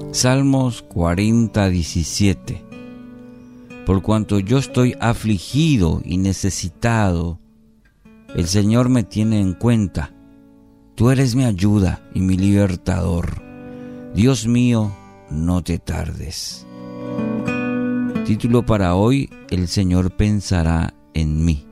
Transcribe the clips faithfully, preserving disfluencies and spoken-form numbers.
Salmos cuarenta, diecisiete. Por cuanto yo estoy afligido y necesitado, el Señor me tiene en cuenta. Tú eres mi ayuda y mi libertador. Dios mío, no te tardes. Título para hoy: El Señor pensará en mí.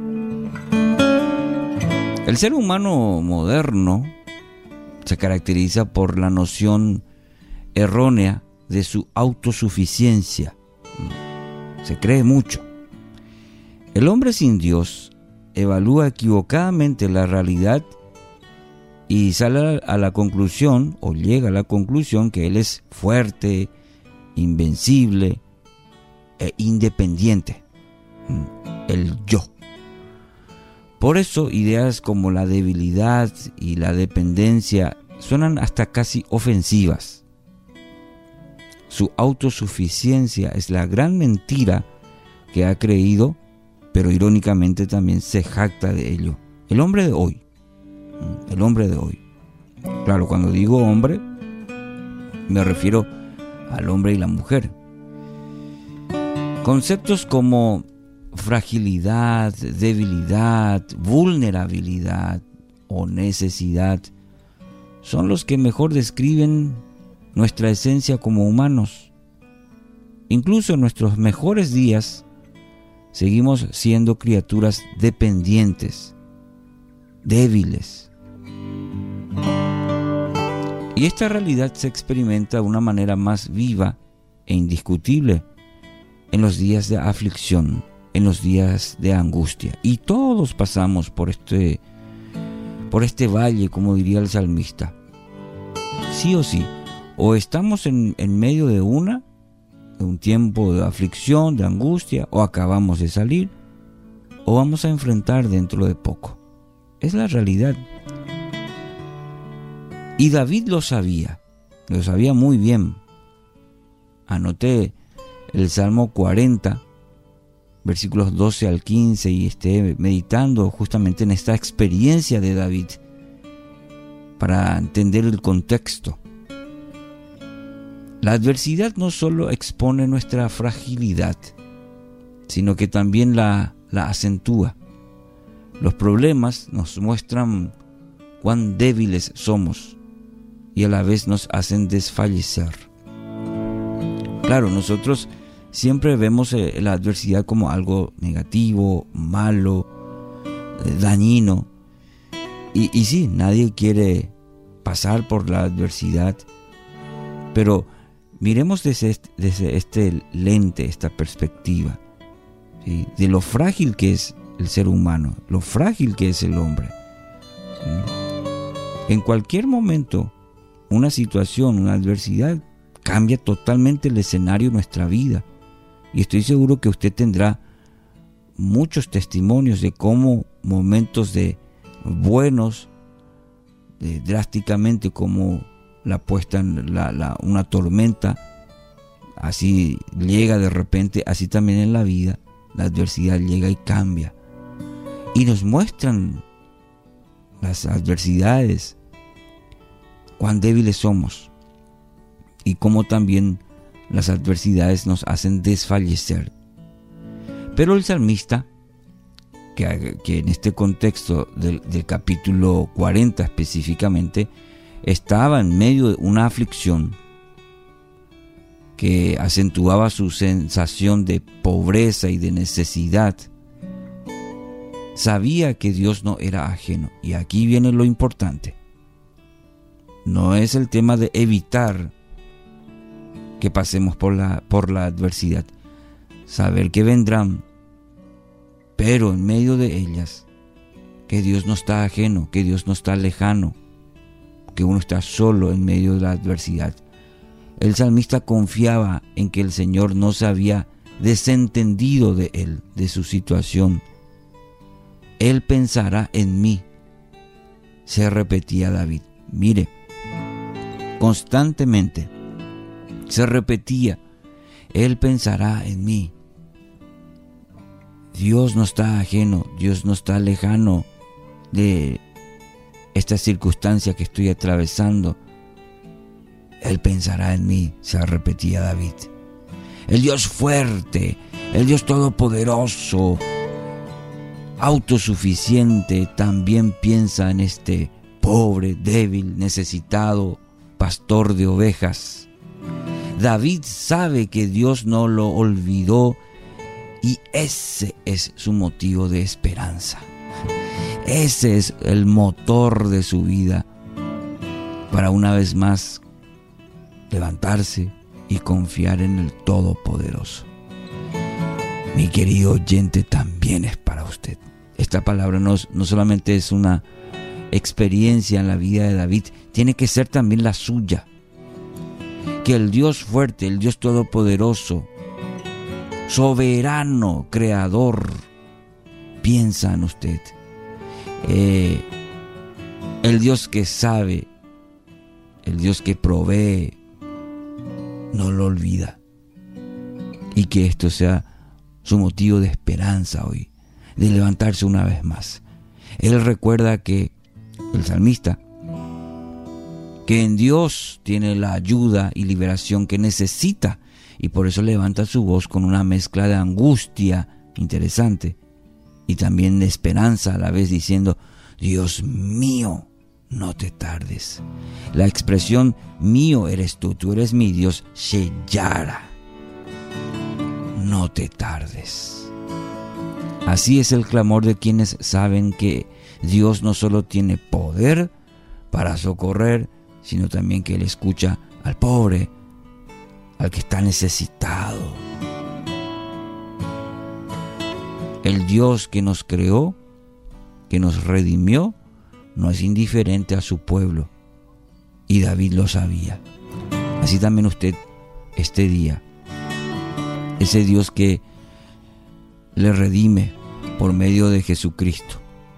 El ser humano moderno se caracteriza por la noción errónea de su autosuficiencia. Se cree mucho. El hombre sin Dios evalúa equivocadamente la realidad y sale a la conclusión, o llega a la conclusión, que él es fuerte, invencible e independiente. El yo. Por eso ideas como la debilidad y la dependencia suenan hasta casi ofensivas. Su autosuficiencia es la gran mentira que ha creído, pero irónicamente también se jacta de ello. El hombre de hoy, el hombre de hoy. Claro, cuando digo hombre, me refiero al hombre y la mujer. Conceptos como fragilidad, debilidad, vulnerabilidad o necesidad son los que mejor describen nuestra esencia como humanos. Incluso en nuestros mejores días seguimos siendo criaturas dependientes, débiles. Y esta realidad se experimenta de una manera más viva e indiscutible en los días de aflicción, en los días de angustia. Y todos pasamos por este, por este valle, como diría el salmista. Sí o sí. O estamos en, en medio de una, de un tiempo de aflicción, de angustia, o acabamos de salir, o vamos a enfrentar dentro de poco. Es la realidad. Y David lo sabía, lo sabía muy bien. Anoté el Salmo cuarenta, versículos doce al quince, y esté meditando justamente en esta experiencia de David para entender el contexto. La adversidad no solo expone nuestra fragilidad, sino que también la, la acentúa. Los problemas nos muestran cuán débiles somos y a la vez nos hacen desfallecer. Claro, nosotros siempre vemos la adversidad como algo negativo, malo, dañino. Y, y sí, nadie quiere pasar por la adversidad, pero miremos desde este, desde este lente, esta perspectiva, ¿sí?, de lo frágil que es el ser humano, lo frágil que es el hombre. ¿Sí? En cualquier momento, una situación, una adversidad, cambia totalmente el escenario de nuestra vida. Y estoy seguro que usted tendrá muchos testimonios de cómo momentos de buenos, de drásticamente, como la puesta en la, la, una tormenta, así llega de repente, así también en la vida, la adversidad llega y cambia. Y nos muestran las adversidades, cuán débiles somos, y cómo también las adversidades nos hacen desfallecer. Pero el salmista, que, que en este contexto del, del capítulo cuarenta específicamente, estaba en medio de una aflicción que acentuaba su sensación de pobreza y de necesidad. Sabía que Dios no era ajeno. Y aquí viene lo importante. No es el tema de evitar que pasemos por la, por la adversidad. Saber que vendrán, pero en medio de ellas, que Dios no está ajeno, que Dios no está lejano, que uno está solo en medio de la adversidad. El salmista confiaba en que el Señor no se había desentendido de él, de su situación. Él pensará en mí, se repetía David. Mire, constantemente se repetía: Él pensará en mí. Dios no está ajeno, Dios no está lejano de esta circunstancia que estoy atravesando. Él pensará en mí, se repetía David. El Dios fuerte, el Dios todopoderoso, autosuficiente, también piensa en este pobre, débil, necesitado pastor de ovejas. David sabe que Dios no lo olvidó y ese es su motivo de esperanza. Ese es el motor de su vida para una vez más levantarse y confiar en el Todopoderoso. Mi querido oyente, también es para usted. Esta palabra no, no solamente es una experiencia en la vida de David, tiene que ser también la suya. Que el Dios fuerte, el Dios todopoderoso, soberano, creador, piensa en usted. Eh, el Dios que sabe, el Dios que provee, no lo olvida. Y que esto sea su motivo de esperanza hoy, de levantarse una vez más. Él recuerda que el salmista, que en Dios tiene la ayuda y liberación que necesita, y por eso levanta su voz con una mezcla de angustia interesante y también de esperanza a la vez, diciendo: Dios mío, no te tardes. La expresión mío eres tú, tú eres mi Dios, Sheyara, no te tardes. Así es el clamor de quienes saben que Dios no solo tiene poder para socorrer, sino también que Él escucha al pobre, al que está necesitado. El Dios que nos creó, que nos redimió, no es indiferente a su pueblo, y David lo sabía. Así también usted este día, ese Dios que le redime por medio de Jesucristo,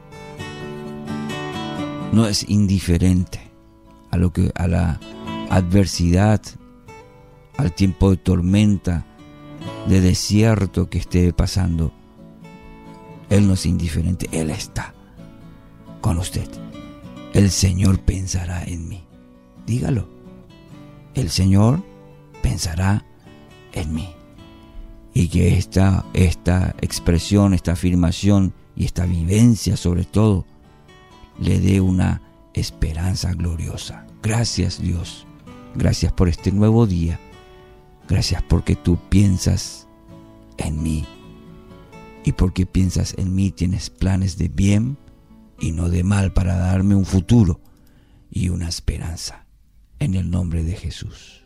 no es indiferente a lo que a la adversidad, al tiempo de tormenta, de desierto que esté pasando. Él no es indiferente, Él está con usted. El Señor pensará en mí. Dígalo. El Señor pensará en mí. Y que esta, esta expresión, esta afirmación y esta vivencia sobre todo le dé una esperanza gloriosa. Gracias, Dios. Gracias por este nuevo día. Gracias porque tú piensas en mí. Y porque piensas en mí tienes planes de bien y no de mal para darme un futuro y una esperanza. En el nombre de Jesús.